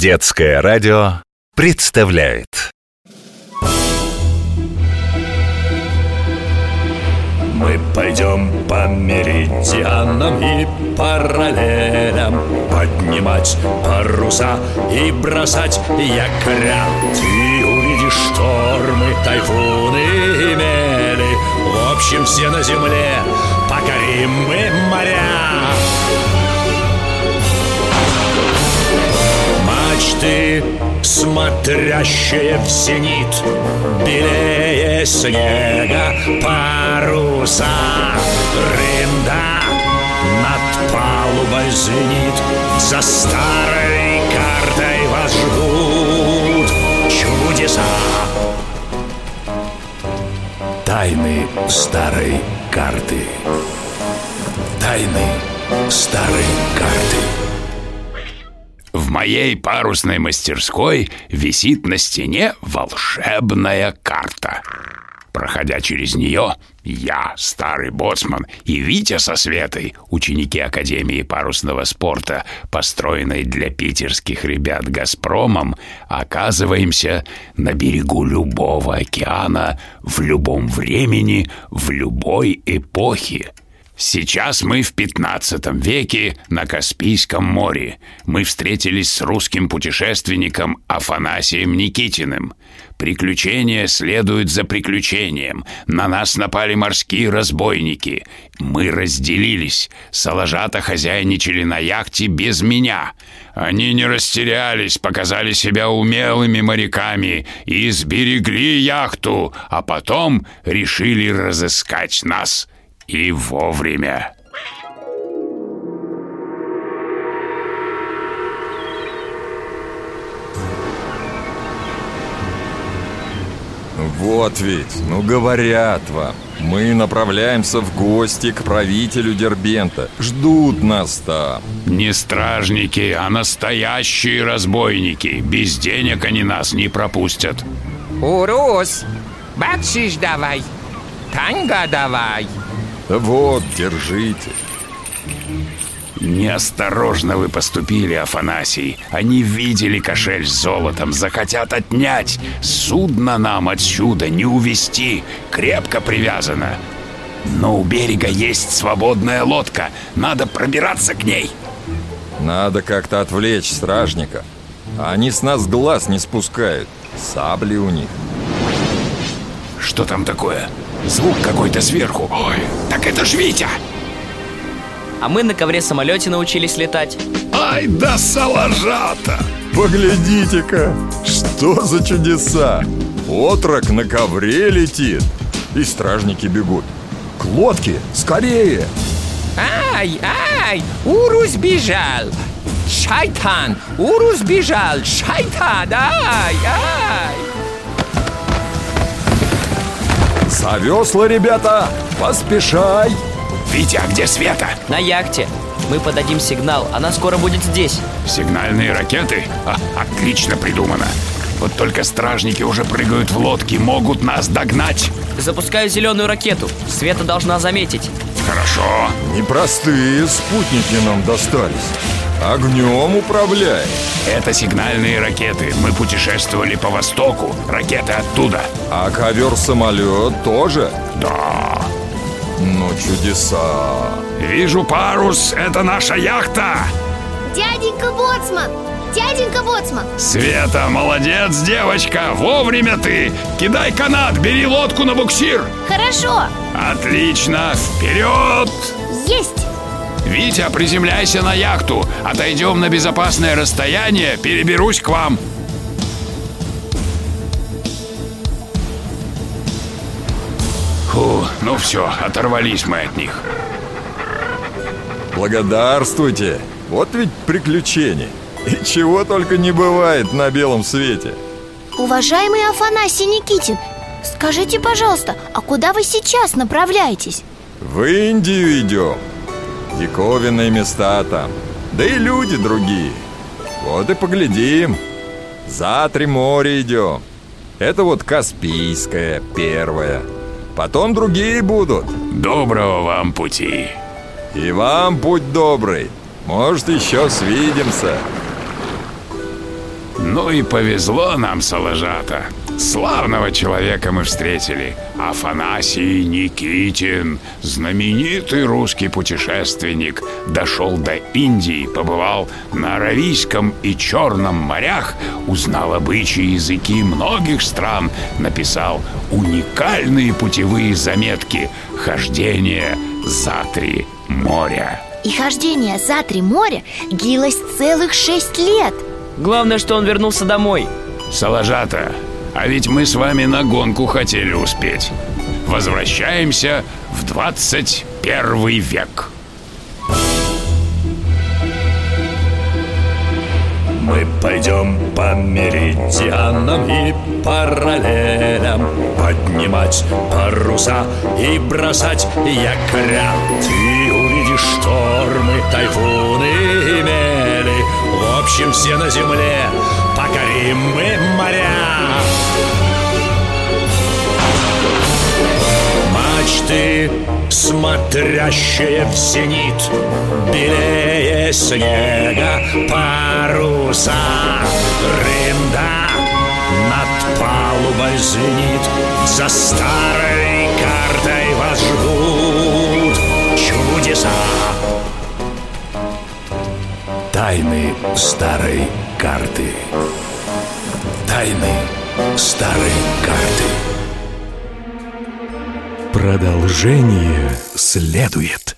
Детское радио представляет. Мы пойдем по меридианам и параллелям, поднимать паруса и бросать якоря. Ты увидишь штормы, тайфуны и мели. В общем, все на земле покорим мы моря. Мачты, смотрящие в зенит, белее снега паруса. Рында над палубой звенит, за старой картой вас ждут чудеса. Тайны старой карты. Тайны старой карты. В моей парусной мастерской висит на стене волшебная карта. Проходя через нее, я, старый боцман, и Витя со Светой, ученики Академии парусного спорта, построенной для питерских ребят «Газпромом», оказываемся на берегу любого океана, в любом времени, в любой эпохе. Сейчас мы в 15 веке на Каспийском море. Мы встретились с русским путешественником Афанасием Никитиным. Приключения следуют за приключением. На нас напали морские разбойники. Мы разделились. Салажата хозяйничали на яхте без меня. Они не растерялись, показали себя умелыми моряками и сберегли яхту, а потом решили разыскать нас. И вовремя. Вот ведь, говорят вам. Мы направляемся в гости к правителю Дербента. Ждут нас там. Не стражники, а настоящие разбойники. Без денег они нас не пропустят. Урус, бакшиш давай, танга давай. Вот, держите. Неосторожно вы поступили, Афанасий. Они видели кошель с золотом, захотят отнять. Судно нам отсюда не увезти, крепко привязано. Но у берега есть свободная лодка. Надо пробираться к ней. Надо как-то отвлечь стражников. Они с нас глаз не спускают. Сабли у них. Что там такое? Звук какой-то сверху. Ой, так это ж Витя! А мы на ковре-самолете научились летать. Ай да салажата! Поглядите-ка, что за чудеса! Отрок на ковре летит. И стражники бегут. К лодке, скорее! Ай, Урус бежал. Шайтан, Урус бежал. Шайтан, ай. За весла, ребята, поспешай! Витя, а где Света? На яхте. Мы подадим сигнал, она скоро будет здесь. Сигнальные ракеты? Отлично придумано. Вот только стражники уже прыгают в лодки, могут нас догнать. Запускаю зеленую ракету. Света должна заметить. Хорошо. Непростые спутники нам достались. Огнем управляем. Это сигнальные ракеты. Мы путешествовали по востоку. Ракеты оттуда. А ковер-самолет тоже? Да. Ну, чудеса. Вижу парус. Это наша яхта. Дяденька Боцман! Света, молодец, девочка. Вовремя ты. Кидай канат, бери лодку на буксир. Хорошо. Отлично. Вперед. Есть. Витя, приземляйся на яхту. Отойдем на безопасное расстояние. Переберусь к вам. Фу, ну все, оторвались мы от них. Благодарствуйте. Вот ведь приключение. И чего только не бывает на белом свете. Уважаемый Афанасий Никитин, скажите, пожалуйста, а куда вы сейчас направляетесь? В Индию идем. Диковинные места там. Да и люди другие. Вот и поглядим. За 3 моря идем. Это вот Каспийское первое. Потом другие будут. Доброго вам пути. И вам путь добрый. Может, еще свидимся. Ну и повезло нам, Соложата. Славного человека мы встретили. Афанасий Никитин, знаменитый русский путешественник, дошел до Индии, побывал на Аравийском и Черном морях, узнал обычаи и языки многих стран, написал уникальные путевые заметки «Хождение за 3 моря». И хождение за 3 моря длилось целых 6 лет. Главное, что он вернулся домой. Соложата, а ведь мы с вами на гонку хотели успеть. Возвращаемся в 21 век. Мы пойдем по меридианам и параллелям, поднимать паруса и бросать якоря. Ты увидишь штормы, тайфуны и мели. В общем, все на земле покорим мы моря. Мачты, смотрящие в зенит, белее снега паруса. Рында над палубой звенит, за старой картой вас ждут чудеса. Тайны старой карты. Тайны старой карты. Продолжение следует.